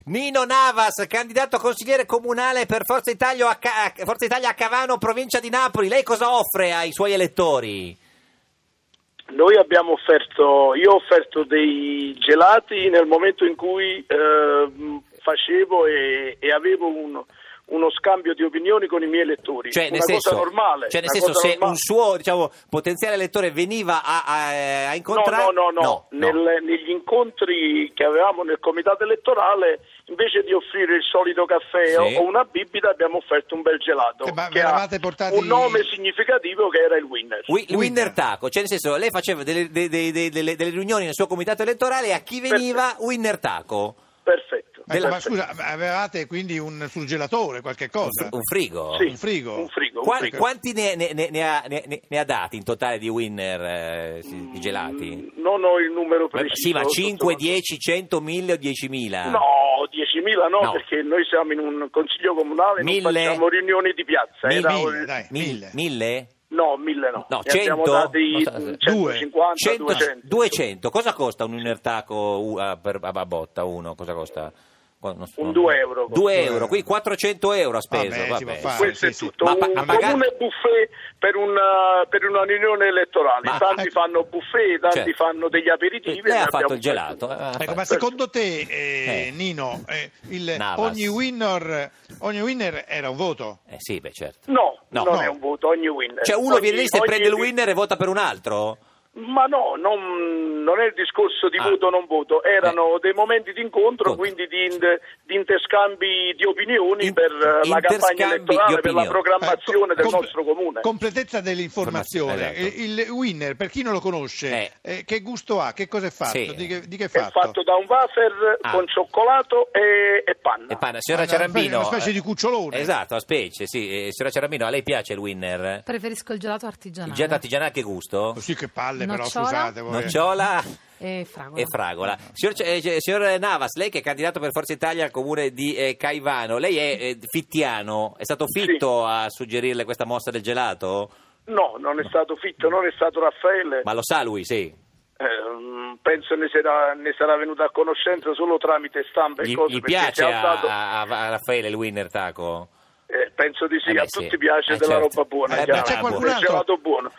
Nino Navas, candidato consigliere comunale per Forza Italia a Cavano, provincia di Napoli. Lei cosa offre ai suoi elettori? Io ho offerto dei gelati nel momento in cui facevo e avevo uno scambio di opinioni con i miei elettori, cioè, cosa normale. Cioè, nel senso, se un suo potenziale elettore veniva a incontrare... No. Negli incontri che avevamo nel comitato elettorale, invece di offrire il solito caffè o una bibita, abbiamo offerto un bel gelato che ha un nome significativo, che era il Winner. Il Winner Taco, cioè nel senso, lei faceva delle riunioni nel suo comitato elettorale e a chi veniva Winner Taco. Perfetto. Ma scusa, avevate quindi un surgelatore, qualche cosa? Un frigo? Sì, un frigo. Quanti ne ha dati in totale di Winner di gelati? Non ho il numero preciso. Sì, ma 5, 10, 100, 1000 o 10.000? No, 10.000 no, perché noi siamo in un consiglio comunale, 1000? non facciamo riunioni di piazza. 1000. No, 1000 no. No, 100? Abbiamo dati 150, 200. 200. Cosa costa un Winner Taco a botta uno? Cosa costa? Un 2 euro. 2 euro, qui 400 euro ha speso. Questo è tutto. Un comune buffet per una riunione elettorale. Tanti fanno buffet, tanti fanno degli aperitivi. Lei ha fatto il gelato. Ma secondo te, Nino, ogni winner era un voto? Sì, beh, certo. No, non è un voto, ogni winner. Cioè uno viene lì, se prende il winner e vota per un altro? Ma no, non è il discorso di voto o non voto, erano dei momenti di incontro, quindi di interscambi di opinioni per la campagna elettorale, per la programmazione del nostro comune. Completezza dell'informazione. Esatto. Il winner, per chi non lo conosce, che gusto ha? Che cosa è fatto? Sì. Di che è fatto? È fatto da un wafer con cioccolato e panna. Signora Ciarambino, una specie di cucciolone. Esatto, a specie, sì. Signora Ciarambino, a lei piace il winner? Preferisco il gelato artigianale. Il gelato artigianale, che gusto? Sì, che palle, però Nocciola. scusate voi. Nocciola e fragola. Signor Navas, lei che è candidato per Forza Italia al comune di Caivano, lei è fittiano? È stato fitto a suggerirle questa mossa del gelato? No, non è stato Fitto, non è stato Raffaele. Ma lo sa lui, sì. Penso ne sarà venuto a conoscenza solo tramite stampa e cose. Gli piace a Raffaele il Winner Taco? Penso di sì, a tutti piace della roba buona. C'è qualcun altro? Gelato buono.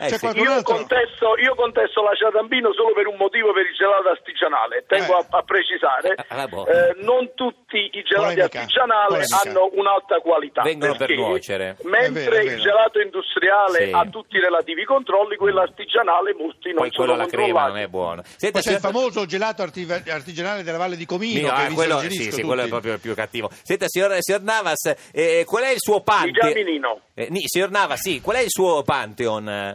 Io contesto la Ciarambino solo per un motivo, per il gelato artigianale. Tengo a precisare, non tutti i gelati artigianali hanno un'alta qualità. Vengono per nuocere. Mentre il gelato industriale ha tutti i relativi controlli, quello artigianale molti non sono controllati. Crema non è buono. Senta, c'è il famoso gelato artigianale della Valle di Comino. Quello è proprio il più cattivo. Senta, signor Navas, qual è il suo Pantheon? Signor Navas, qual è il suo Pantheon?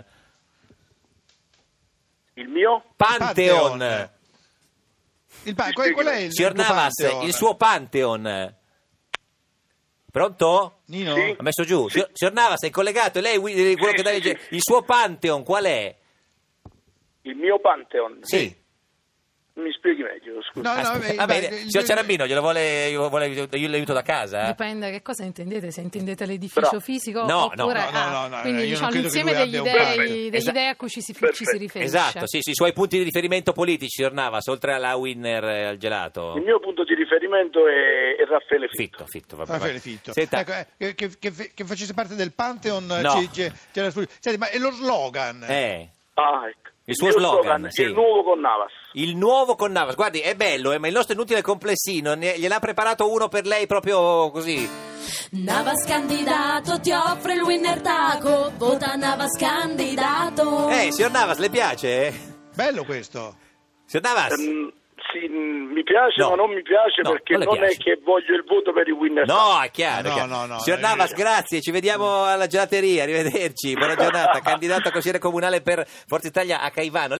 Il mio? Pantheon. Qual è il signor Navas, Pantheon? il suo Pantheon? Pronto? Nino? Sì. Ha messo giù. Signor Navas, è collegato? Lei quello che dà il suo Pantheon qual è? Il mio Pantheon? Sì. Mi spieghi meglio, scusa. Va bene, signor Ciarambino, glielo vuole io l'aiuto da casa? Dipende che cosa intendete, se intendete l'edificio fisico oppure quindi l'insieme degli idee a cui ci si riferisce. Esatto, sì, i suoi punti di riferimento politici, signor Navas, oltre alla Winner al gelato. Il mio punto di riferimento è Raffaele Fitto. Raffaele Fitto. Senta. Che facesse parte del Pantheon, no. Senti, ma è lo slogan? Ecco. Il suo slogan, sì. Il nuovo con Navas. Il nuovo con Navas, guardi, è bello, ma il nostro inutile complessino gliel'ha preparato uno per lei proprio così. Navas candidato ti offre il Winner Taco, vota Navas candidato. Signor Navas, le piace? Bello questo. Signor Navas? Sì, mi piace, ma non mi piace perché non è che voglio il voto per il Winner Taco. No, è chiaro. No. Signor Navas, grazie, ci vediamo alla gelateria, arrivederci, buona giornata, candidato a consigliere comunale per Forza Italia a Caivano.